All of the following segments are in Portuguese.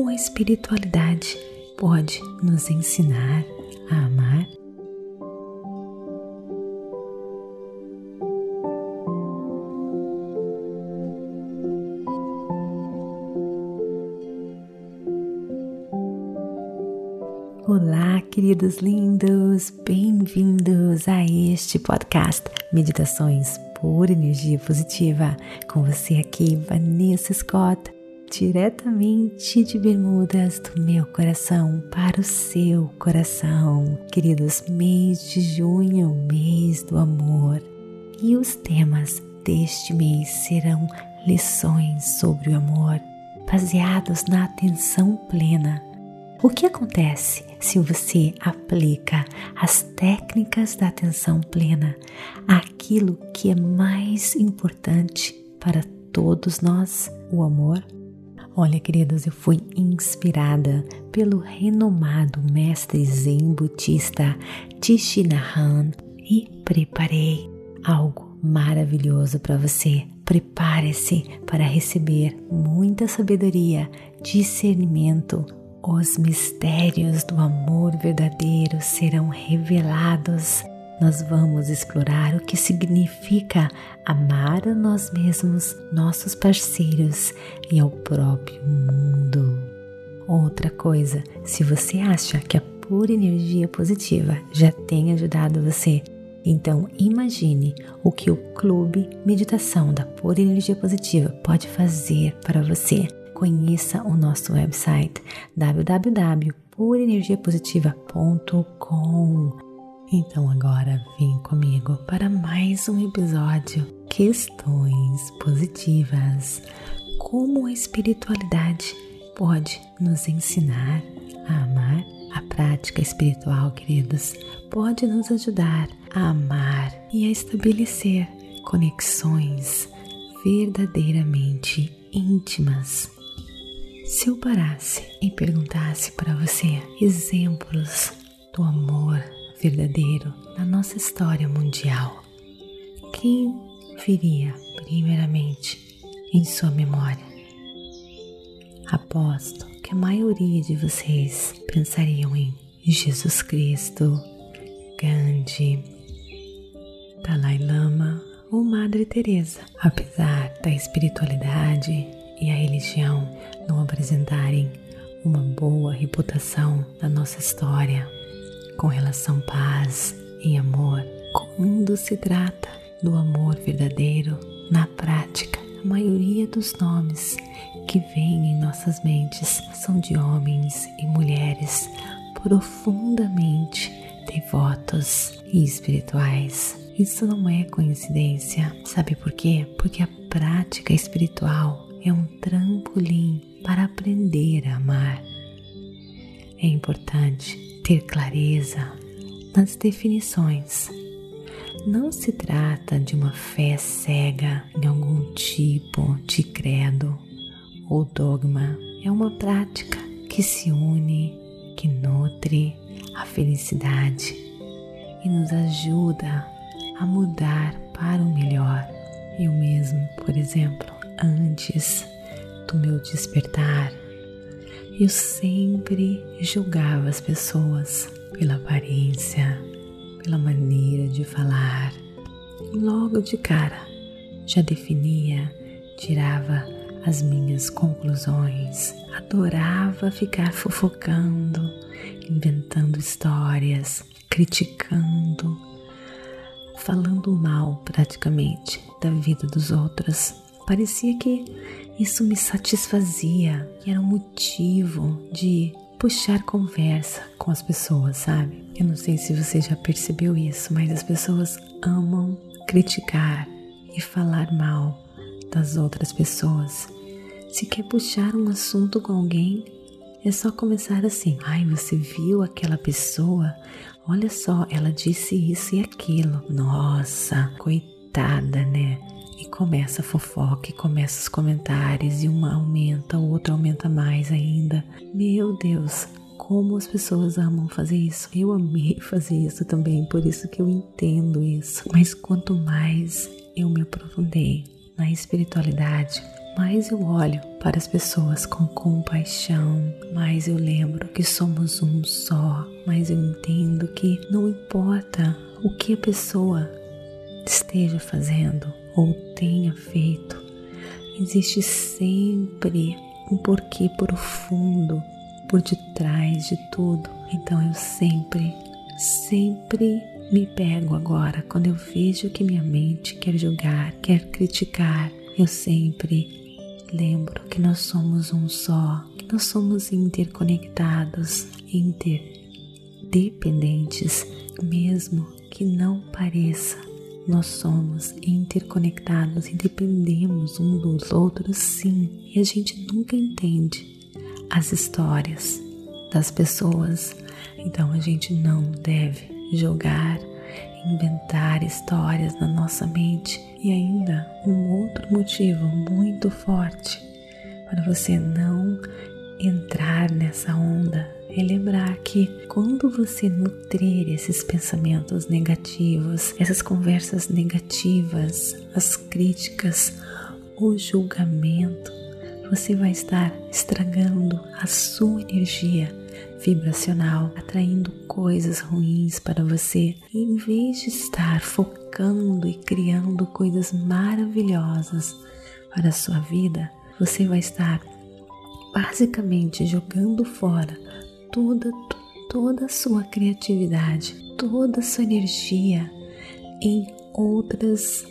como a espiritualidade pode nos ensinar a amar? Olá, queridos lindos, bem-vindos a este podcast Meditações por Energia Positiva. Com você aqui, Vanessa Scott, diretamente de Bermudas, do meu coração para o seu coração. Queridos, mês de junho, mês do amor. E os temas deste mês serão lições sobre o amor, baseados na atenção plena. O que acontece se você aplica as técnicas da atenção plena àquilo que é mais importante para todos nós, o amor? Olha, queridos, eu fui inspirada pelo renomado mestre zen budista Thich Nhat Hanh e preparei algo maravilhoso para você. Prepare-se para receber muita sabedoria, discernimento. Os mistérios do amor verdadeiro serão revelados. Nós vamos explorar o que significa amar a nós mesmos, nossos parceiros e ao próprio mundo. Outra coisa, se você acha que a pura energia positiva já tem ajudado você, então imagine o que o Clube Meditação da Pura Energia Positiva pode fazer para você. Conheça o nosso website www.purenergiapositiva.com. Então agora vem comigo para mais um episódio Questões Positivas. Como a espiritualidade pode nos ensinar a amar? A prática espiritual, queridos, pode nos ajudar a amar e a estabelecer conexões verdadeiramente íntimas. Se eu parasse e perguntasse para você exemplos do amor verdadeiro na nossa história mundial, quem viria primeiramente em sua memória? Aposto que a maioria de vocês pensariam em Jesus Cristo, Gandhi, Dalai Lama ou Madre Teresa. Apesar da espiritualidade e a religião não apresentarem uma boa reputação na nossa história com relação à paz e amor, quando se trata do amor verdadeiro, na prática, a maioria dos nomes que vêm em nossas mentes são de homens e mulheres profundamente devotos e espirituais. Isso não é coincidência. Sabe por quê? Porque a prática espiritual é um trampolim para aprender a amar. É importante ter clareza nas definições. Não se trata de uma fé cega em algum tipo de credo ou dogma. É uma prática que se une, que nutre a felicidade e nos ajuda a mudar para o melhor. Eu mesmo, por exemplo, antes do meu despertar, eu sempre julgava as pessoas pela aparência, pela maneira de falar. Logo de cara, já definia, tirava as minhas conclusões. Adorava ficar fofocando, inventando histórias, criticando, falando mal praticamente da vida dos outros. Parecia que isso me satisfazia, que era um motivo de puxar conversa com as pessoas, sabe? Eu não sei se você já percebeu isso, mas as pessoas amam criticar e falar mal das outras pessoas. Se quer puxar um assunto com alguém, é só começar assim: ai, você viu aquela pessoa? Olha só, ela disse isso e aquilo. Nossa, coitada, né? E começa a fofoca, e começa os comentários, e uma aumenta, o outro aumenta mais ainda. Meu Deus, como as pessoas amam fazer isso. Eu amei fazer isso também, por isso que eu entendo isso. Mas quanto mais eu me aprofundei na espiritualidade, mais eu olho para as pessoas com compaixão, mais eu lembro que somos um só, mais eu entendo que não importa o que a pessoa esteja fazendo ou tenha feito, existe sempre um porquê profundo por detrás de tudo. Então eu sempre me pego agora, quando eu vejo que minha mente quer julgar, quer criticar, eu sempre lembro que nós somos um só, que nós somos interconectados, interdependentes, mesmo que não pareça. Nós somos interconectados e dependemos um dos outros, sim. E a gente nunca entende as histórias das pessoas. Então a gente não deve julgar, inventar histórias na nossa mente. E ainda um outro motivo muito forte para você não entrar nessa onda é lembrar que quando você nutrir esses pensamentos negativos, essas conversas negativas, as críticas, o julgamento, você vai estar estragando a sua energia vibracional, atraindo coisas ruins para você. E em vez de estar focando e criando coisas maravilhosas para a sua vida, você vai estar basicamente jogando fora toda a sua criatividade, toda a sua energia em outras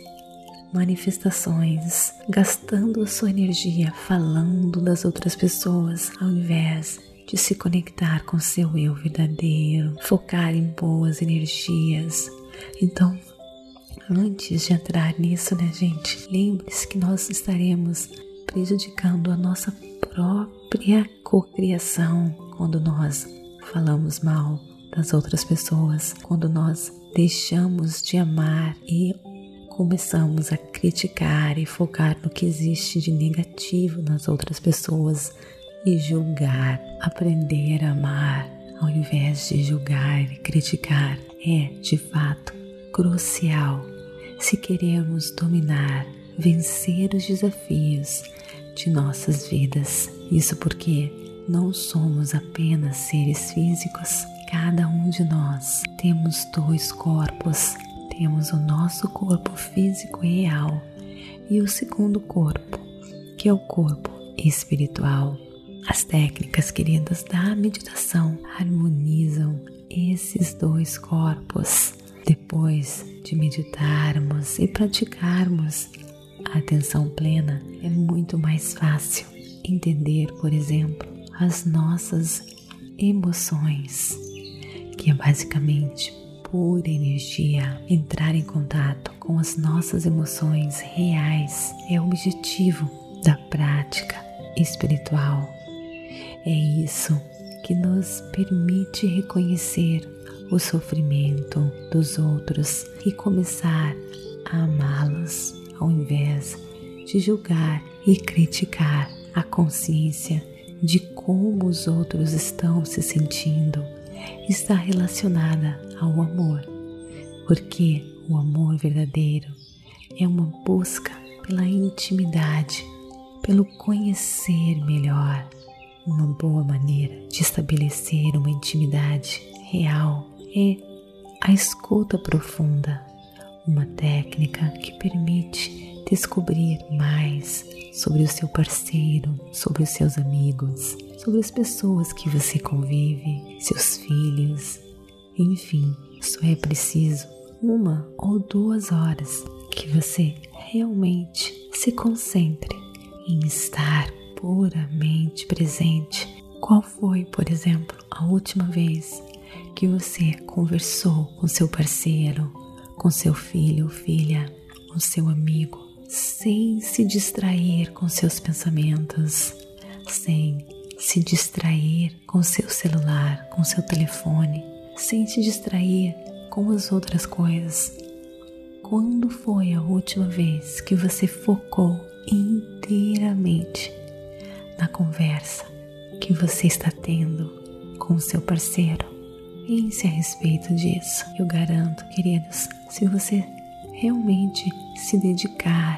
manifestações, gastando a sua energia falando das outras pessoas, ao invés de se conectar com seu eu verdadeiro, focar em boas energias. Então, antes de entrar nisso, né, gente, lembre-se que nós estaremos prejudicando a nossa própria cocriação quando nós falamos mal das outras pessoas, quando nós deixamos de amar e começamos a criticar e focar no que existe de negativo nas outras pessoas e julgar. Aprender a amar ao invés de julgar e criticar é, de fato, crucial se queremos dominar, vencer os desafios de nossas vidas. Isso porque não somos apenas seres físicos. Cada um de nós temos dois corpos. Temos o nosso corpo físico real e o segundo corpo, que é o corpo espiritual. As técnicas, queridas, da meditação harmonizam esses dois corpos. Depois de meditarmos e praticarmos a atenção plena, é muito mais fácil entender, por exemplo, as nossas emoções, que é basicamente pura energia. Entrar em contato com as nossas emoções reais é o objetivo da prática espiritual. É isso que nos permite reconhecer o sofrimento dos outros e começar a amá-los ao invés de julgar e criticar. A consciência de como os outros estão se sentindo está relacionada ao amor, porque o amor verdadeiro é uma busca pela intimidade, pelo conhecer melhor. Uma boa maneira de estabelecer uma intimidade real é a escuta profunda, uma técnica que permite descobrir mais sobre o seu parceiro, sobre os seus amigos, sobre as pessoas que você convive, seus filhos, enfim, só é preciso 1 ou 2 horas que você realmente se concentre em estar puramente presente. Qual foi, por exemplo, a última vez que você conversou com seu parceiro, com seu filho ou filha, com seu amigo, sem se distrair com seus pensamentos, sem se distrair com seu celular, com seu telefone, sem se distrair com as outras coisas? Quando foi a última vez que você focou inteiramente na conversa que você está tendo com o seu parceiro? Pense a respeito disso. Eu garanto, queridos, se você realmente se dedicar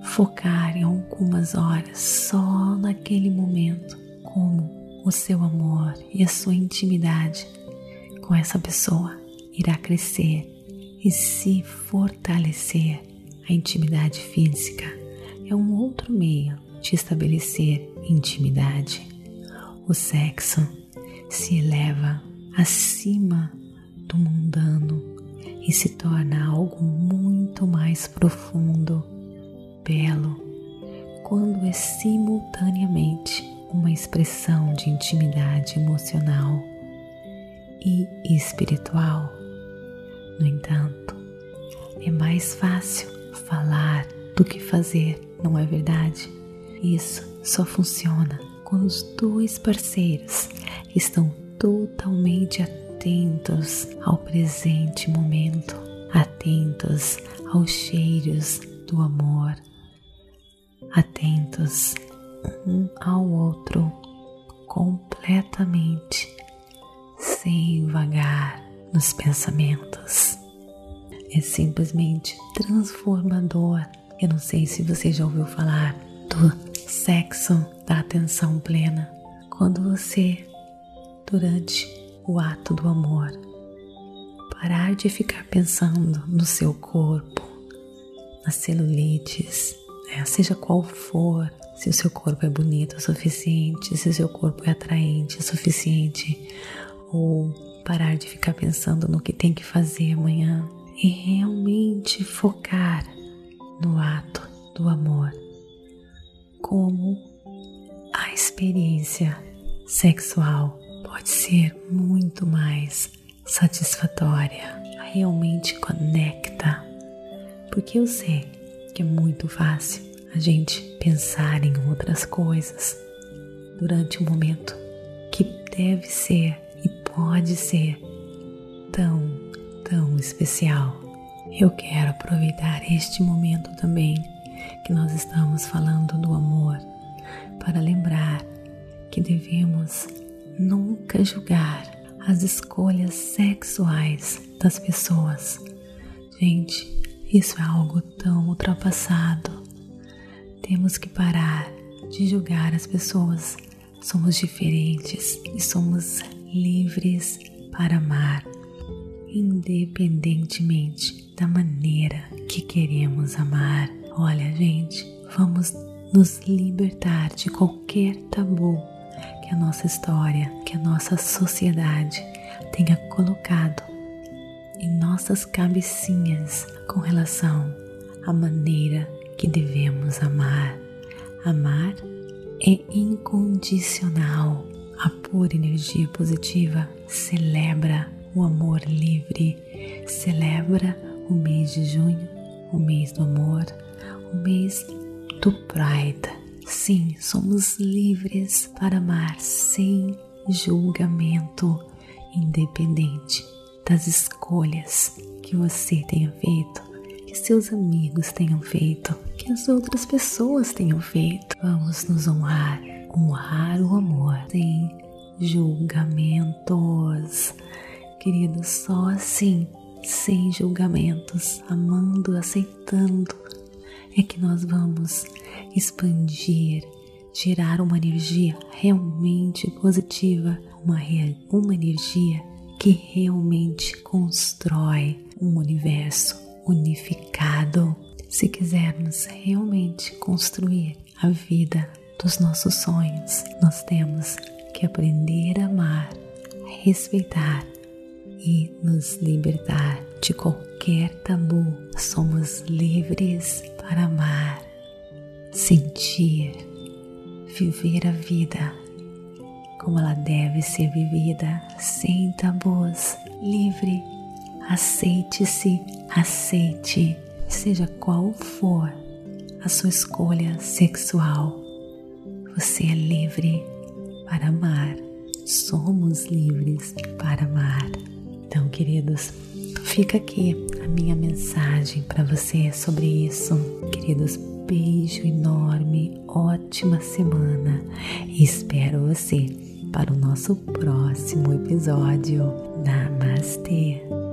focar em algumas horas só naquele momento, como o seu amor e a sua intimidade com essa pessoa irá crescer e se fortalecer. A intimidade física é um outro meio de estabelecer intimidade. O sexo se eleva acima do mundano e se torna algo muito mais profundo, belo, quando é simultaneamente uma expressão de intimidade emocional e espiritual. No entanto, é mais fácil falar do que fazer, não é verdade? Isso só funciona quando os dois parceiros estão totalmente atentos ao presente momento, atentos aos cheiros do amor, atentos um ao outro completamente, sem vagar nos pensamentos. É simplesmente transformador. Eu não sei se você já ouviu falar do sexo da atenção plena. Quando você, durante o ato do amor, parar de ficar pensando no seu corpo, nas celulites, seja qual for, se o seu corpo é bonito o suficiente, se o seu corpo é atraente o suficiente, ou parar de ficar pensando no que tem que fazer amanhã e realmente focar no ato do amor, como a experiência sexual pode ser muito mais satisfatória, realmente conecta, porque eu sei que é muito fácil a gente pensar em outras coisas durante um momento que deve ser e pode ser tão especial. Eu quero aproveitar este momento também que nós estamos falando do amor para lembrar que devemos nunca julgar as escolhas sexuais das pessoas. Gente, isso é algo tão ultrapassado. Temos que parar de julgar as pessoas. Somos diferentes e somos livres para amar, independentemente da maneira que queremos amar. Olha, gente, vamos nos libertar de qualquer tabu que a nossa história, que a nossa sociedade tenha colocado em nossas cabecinhas com relação à maneira que devemos amar. Amar é incondicional. A pura energia positiva celebra o amor livre, celebra o mês de junho, o mês do amor, o mês do Pride. Sim, somos livres para amar sem julgamento, independente das escolhas que você tenha feito, que seus amigos tenham feito, que as outras pessoas tenham feito. Vamos nos honrar o amor sem julgamentos. Queridos, só assim, sem julgamentos, amando, aceitando, é que nós vamos expandir, gerar uma energia realmente positiva, uma energia que realmente constrói um universo unificado. Se quisermos realmente construir a vida dos nossos sonhos, nós temos que aprender a amar, respeitar e nos libertar de qualquer tabu. Somos livres para amar, sentir, viver a vida como ela deve ser vivida, sem tabus, livre. Aceite-se, aceite, seja qual for a sua escolha sexual. Você é livre para amar. Somos livres para amar. Então, queridos, fica aqui a minha mensagem para você sobre isso. Queridos, beijo enorme, ótima semana e espero você para o nosso próximo episódio. Namastê!